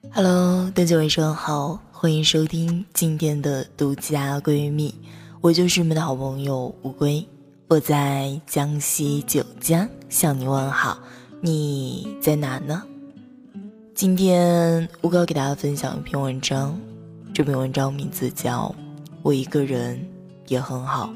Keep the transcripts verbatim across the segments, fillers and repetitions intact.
Hello， 大家晚上好，欢迎收听今天的独家闺蜜，我就是你们的好朋友乌龟，我在江西九江向你问好，你在哪呢？今天乌龟要给大家分享一篇文章，这篇文章名字叫我一个人也很好。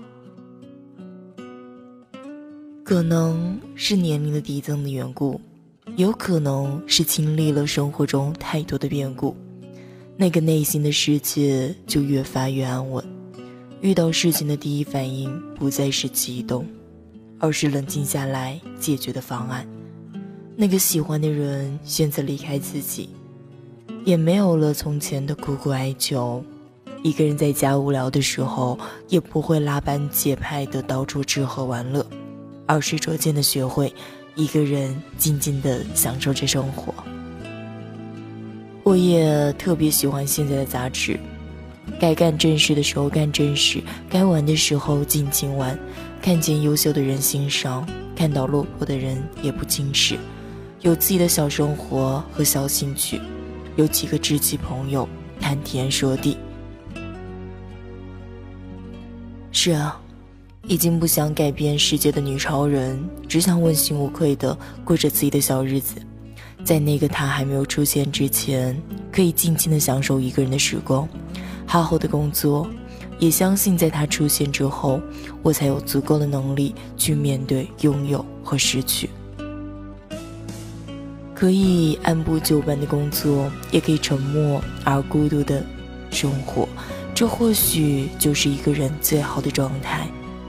可能是年龄的递增的缘故，有可能是经历了生活中太多的变故，那个内心的世界就越发越安稳。遇到事情的第一反应不再是激动，而是冷静下来解决的方案。那个喜欢的人选择离开自己，也没有了从前的苦苦哀求。一个人在家无聊的时候，也不会拉帮结派的到处吃喝玩乐，而是逐渐的学会一个人静静地享受着生活。我也特别喜欢现在的杂志，该干正事的时候干正事，该玩的时候尽情玩，看见优秀的人欣赏，看到落魄的人也不轻视，有自己的小生活和小兴趣，有几个知己朋友谈天说地。是啊，已经不想改变世界的女超人，只想问心无愧地过着自己的小日子。在那个他还没有出现之前，可以尽情地享受一个人的时光，好好的工作，也相信在他出现之后，我才有足够的能力去面对拥有和失去。可以按部就班的工作，也可以沉默而孤独的生活，这或许就是一个人最好的状态。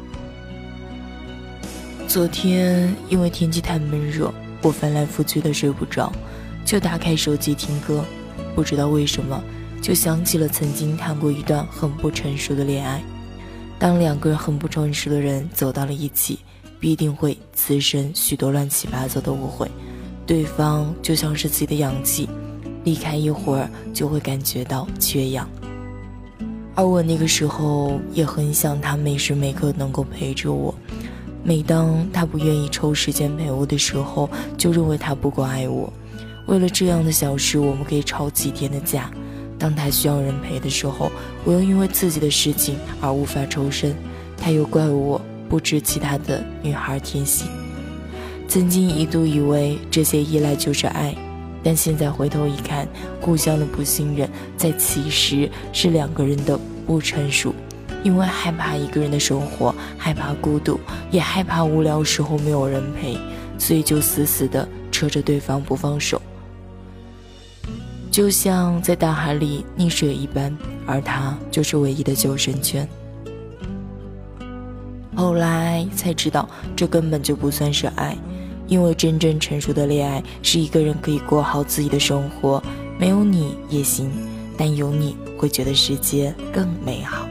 昨天因为天气太闷热，我翻来覆去的睡不着，就打开手机听歌，不知道为什么就想起了曾经谈过一段很不成熟的恋爱。当两个很不成熟的人走到了一起，必定会滋生许多乱七八糟的误会，对方就像是自己的氧气，离开一会儿就会感觉到缺氧。而我那个时候也很想他每时每刻能够陪着我，每当他不愿意抽时间陪我的时候，就认为他不够爱我。为了这样的小事，我们可以吵几天的架。当他需要人陪的时候，我又因为自己的事情而无法抽身，他又怪我不知其他的女孩天性。曾经一度以为这些依赖就是爱，但现在回头一看，互相的不信任在其实是两个人的不成熟。因为害怕一个人的生活，害怕孤独，也害怕无聊时候没有人陪，所以就死死地扯着对方不放手，就像在大海里溺水一般，而他就是唯一的救生圈。后来才知道，这根本就不算是爱，因为真正成熟的恋爱是一个人可以过好自己的生活，没有你也行，但有你会觉得世界更美好。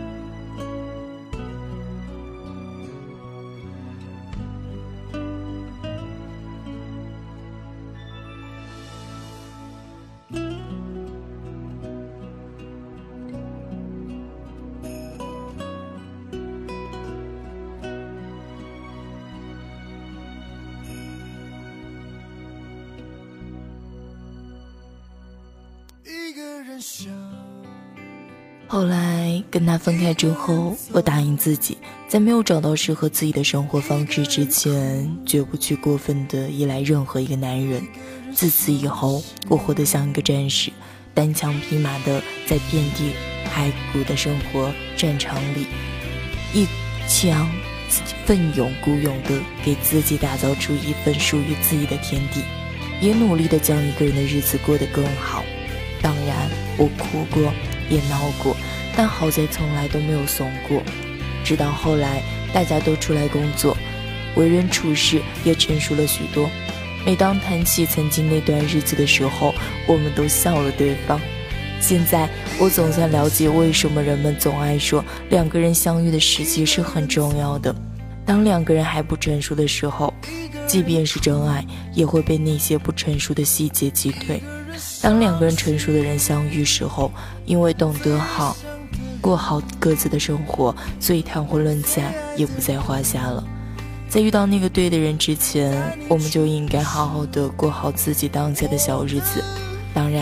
后来跟他分开之后，我答应自己，在没有找到适合自己的生活方式之前，绝不去过分的依赖任何一个男人。自此以后，我活得像一个战士，单枪匹马的在遍地骸骨的生活战场里，一腔奋勇孤勇的给自己打造出一份属于自己的天地，也努力的将一个人的日子过得更好。当然我哭过也闹过，但好在从来都没有怂过。直到后来大家都出来工作，为人处事也成熟了许多，每当谈起曾经那段日子的时候，我们都笑了对方。现在我总算了解为什么人们总爱说两个人相遇的时机是很重要的。当两个人还不成熟的时候，即便是真爱也会被那些不成熟的细节击退。当两个人成熟的人相遇时候，因为懂得好过好各自的生活，所以谈婚论嫁也不在话下了。在遇到那个对的人之前，我们就应该好好的过好自己当下的小日子。当然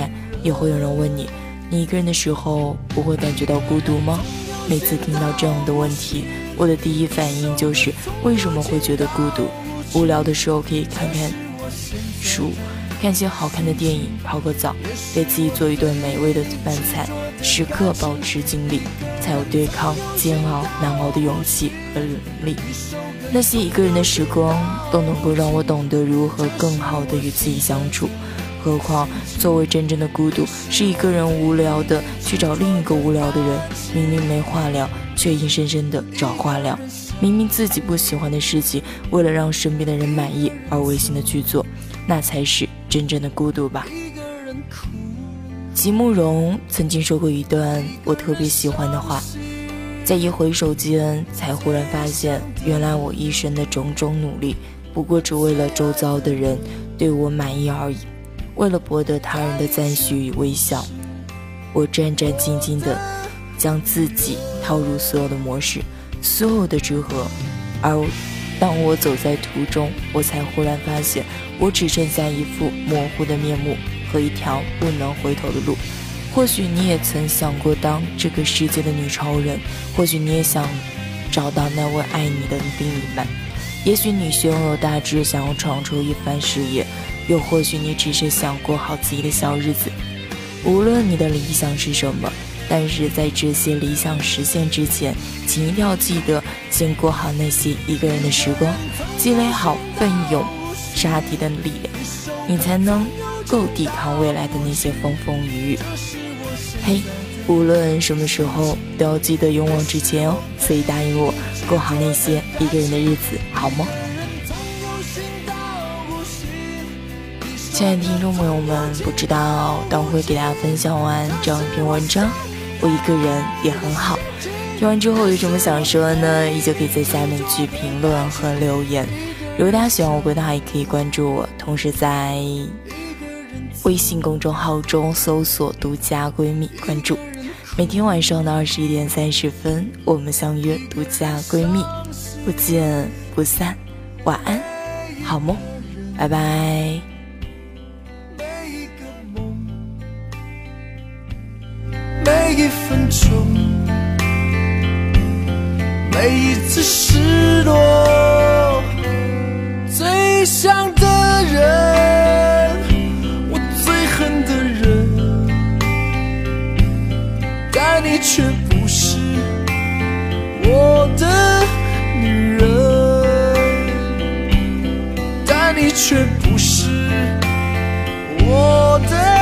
也会有人问你，你一个人的时候不会感觉到孤独吗？每次听到这样的问题，我的第一反应就是为什么会觉得孤独？无聊的时候可以看看书，看些好看的电影，泡个澡，给自己做一顿美味的饭菜，时刻保持精力，才有对抗煎熬难熬的勇气和能力。那些一个人的时光都能够让我懂得如何更好的与自己相处，何况作为真正的孤独，是一个人无聊的去找另一个无聊的人，明明没话聊，却硬生生的找话聊，明明自己不喜欢的事情，为了让身边的人满意而违心的去做，那才是真正的孤独吧。席慕容曾经说过一段我特别喜欢的话，在一回首间，才忽然发现，原来我一生的种种努力，不过只为了周遭的人对我满意而已，为了博得他人的赞许与微笑，我战战兢兢地将自己套入所有的模式，所有的聚合，而当我走在途中，我才忽然发现，我只剩下一副模糊的面目和一条不能回头的路。或许你也曾想过当这个世界的女超人，或许你也想找到那位爱你的另一半，也许你胸有大志，想要闯出一番事业，又或许你只是想过好自己的小日子。无论你的理想是什么，但是在这些理想实现之前，请一定要记得先过好那些一个人的时光，积累好奋勇杀敌的力量，你才能够抵抗未来的那些风风雨雨。嘿，无论什么时候都要记得勇往直前哦，所以答应我过好那些一个人的日子，好吗？亲爱的听众朋友们，不知道当会给大家分享完这样一篇文章，我一个人也很好。听完之后有什么想说的呢？依旧可以在下面去评论和留言。如果大家喜欢我的话，也可以关注我，同时在微信公众号中搜索独家闺蜜关注。每天晚上的二十一点三十分，我们相约独家闺蜜，不见不散。晚安，好梦，拜拜。 每一分钟，每一次失落，最想的人，我最恨的人，但你却不是我的女人，但你却不是我的